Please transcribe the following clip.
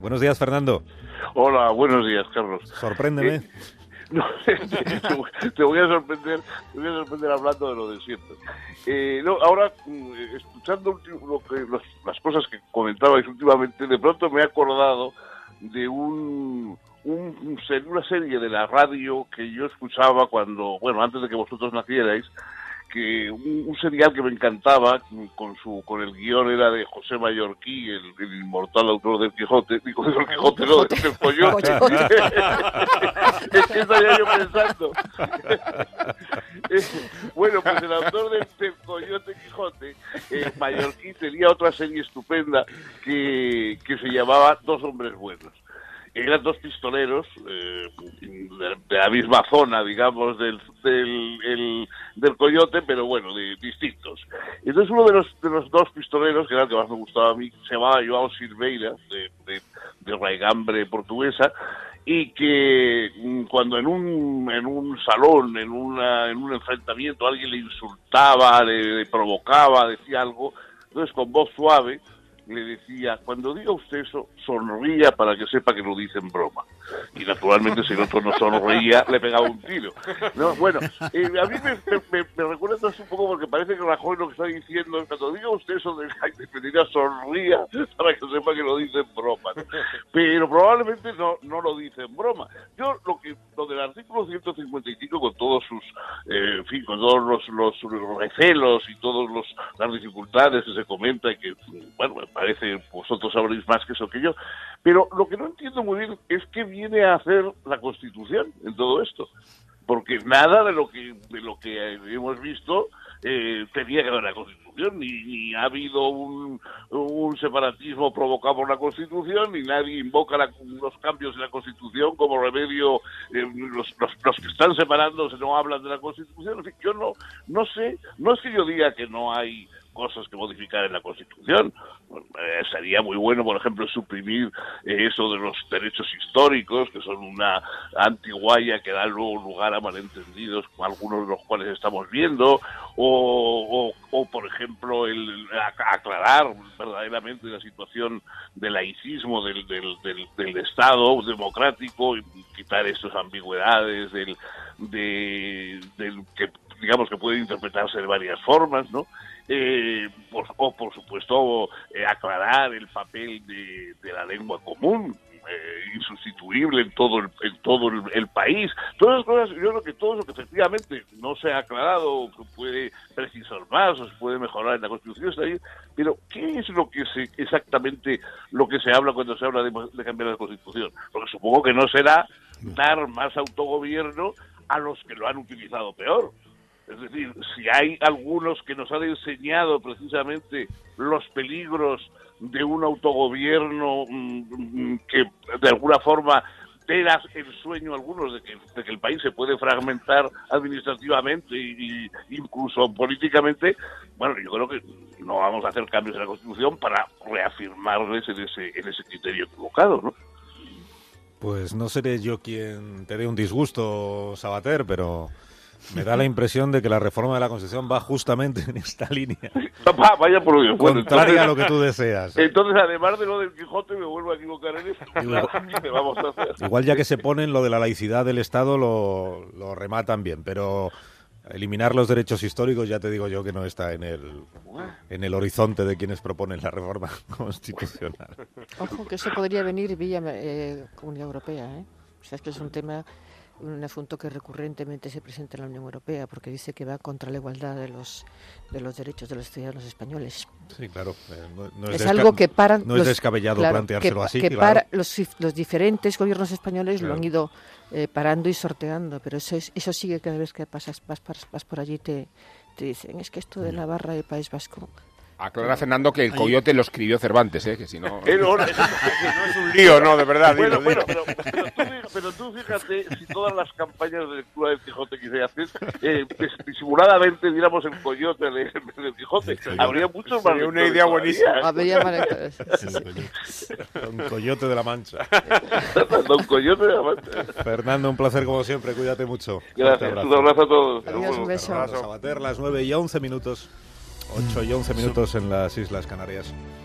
Buenos días, Fernando. Hola, buenos días, Carlos. Sorpréndeme. No, te voy a sorprender hablando de lo de siempre. Ahora, escuchando las cosas que comentabais últimamente, de pronto me he acordado de una serie de la radio que yo escuchaba antes de que vosotros nacierais, que un serial que me encantaba, con el guión era de José Mallorquí, el inmortal autor del Quijote, digo del Quijote, no, del Coyote. Es que estaría yo pensando. Bueno, pues el autor del Coyote Quijote, Mallorquí, tenía otra serie estupenda que se llamaba Dos hombres buenos. Eran dos pistoleros de la misma zona, digamos, del Coyote, pero bueno, distintos. Entonces uno de los dos pistoleros, que era el que más me gustaba a mí, se llamaba João Silveira, de raigambre portuguesa, y que cuando en un salón, en un enfrentamiento, alguien le insultaba, le provocaba, decía algo, entonces con voz suave le decía: cuando diga usted eso, sonría para que sepa que lo dice en broma. Y naturalmente, si el otro no sonreía, le pegaba un tiro, ¿no? Bueno, a mí me recuerda todo esto un poco, porque parece que Rajoy lo que está diciendo es: cuando diga usted eso de la independencia, sonría para que sepa que lo dice en broma, ¿no? Pero probablemente no lo dice en broma. Yo lo del artículo 155, con todos sus con todos los recelos y todas las dificultades que se comenta, y que, bueno, me parece, vosotros sabréis más que eso que yo, pero lo que no entiendo muy bien es qué viene a hacer la Constitución en todo esto, porque nada de lo que hemos visto tenía que ver la Constitución, ni ha habido un separatismo provocado por la Constitución, ni nadie invoca los cambios de la Constitución como remedio. Los que están separándose no hablan de la Constitución. En fin, yo no sé, no es que yo diga que no hay cosas que modificar en la Constitución. Sería muy bueno, por ejemplo, suprimir eso de los derechos históricos, que son una antiguaya que da luego lugar a malentendidos, como algunos de los cuales estamos viendo, o por ejemplo, aclarar verdaderamente la situación del laicismo del Estado democrático, y quitar estas ambigüedades que digamos que puede interpretarse de varias formas, ¿no? Por supuesto, aclarar el papel de la lengua común, insustituible en todo el país. Todas las cosas, yo creo que todo eso que efectivamente no se ha aclarado, o que puede precisar más, o se puede mejorar en la Constitución, está ahí. Pero ¿qué es exactamente lo que se habla cuando se habla de cambiar la Constitución? Porque supongo que no será dar más autogobierno a los que lo han utilizado peor. Es decir, si hay algunos que nos han enseñado precisamente los peligros de un autogobierno que de alguna forma era el sueño a algunos de que el país se puede fragmentar administrativamente e incluso políticamente, bueno, yo creo que no vamos a hacer cambios en la Constitución para reafirmarles en ese criterio equivocado, ¿no? Pues no seré yo quien te dé un disgusto, Sabater, pero me da la impresión de que la reforma de la Constitución va justamente en esta línea. Vaya por Dios. Contraria a lo que tú deseas. Entonces, además de lo del Quijote, me vuelvo a equivocar en eso. ¿Qué vamos a hacer? Igual, ya que se ponen lo de la laicidad del Estado, lo rematan bien, pero eliminar los derechos históricos ya te digo yo que no está en el horizonte de quienes proponen la reforma constitucional. Ojo, que eso podría venir vía Comunidad Europea, ¿eh? O sea, es que es un asunto que recurrentemente se presenta en la Unión Europea, porque dice que va contra la igualdad de los derechos de los ciudadanos españoles. Sí, claro. No es algo que paran... No es descabellado planteárselo así. Claro. Los diferentes gobiernos españoles lo han ido parando y sorteando, pero eso sigue cada vez que vas por allí, te dicen: es que esto de Navarra y el País Vasco... Aclara, Fernando, que el Coyote lo escribió Cervantes, que si no... no es un lío, no, de verdad. Bueno, pero tú fíjate, si todas las campañas de lectura del Quijote que se hacen, disimuladamente diéramos el Coyote en vez del Quijote, habría muchos más. Sería una idea buenísima. Habría más lectores. Don Coyote de la Mancha. Don Coyote de la Mancha. Fernando, un placer como siempre, cuídate mucho. Gracias, un abrazo a todos. Adiós, un beso. Sabater, las 9:11, 8:11 en las Islas Canarias.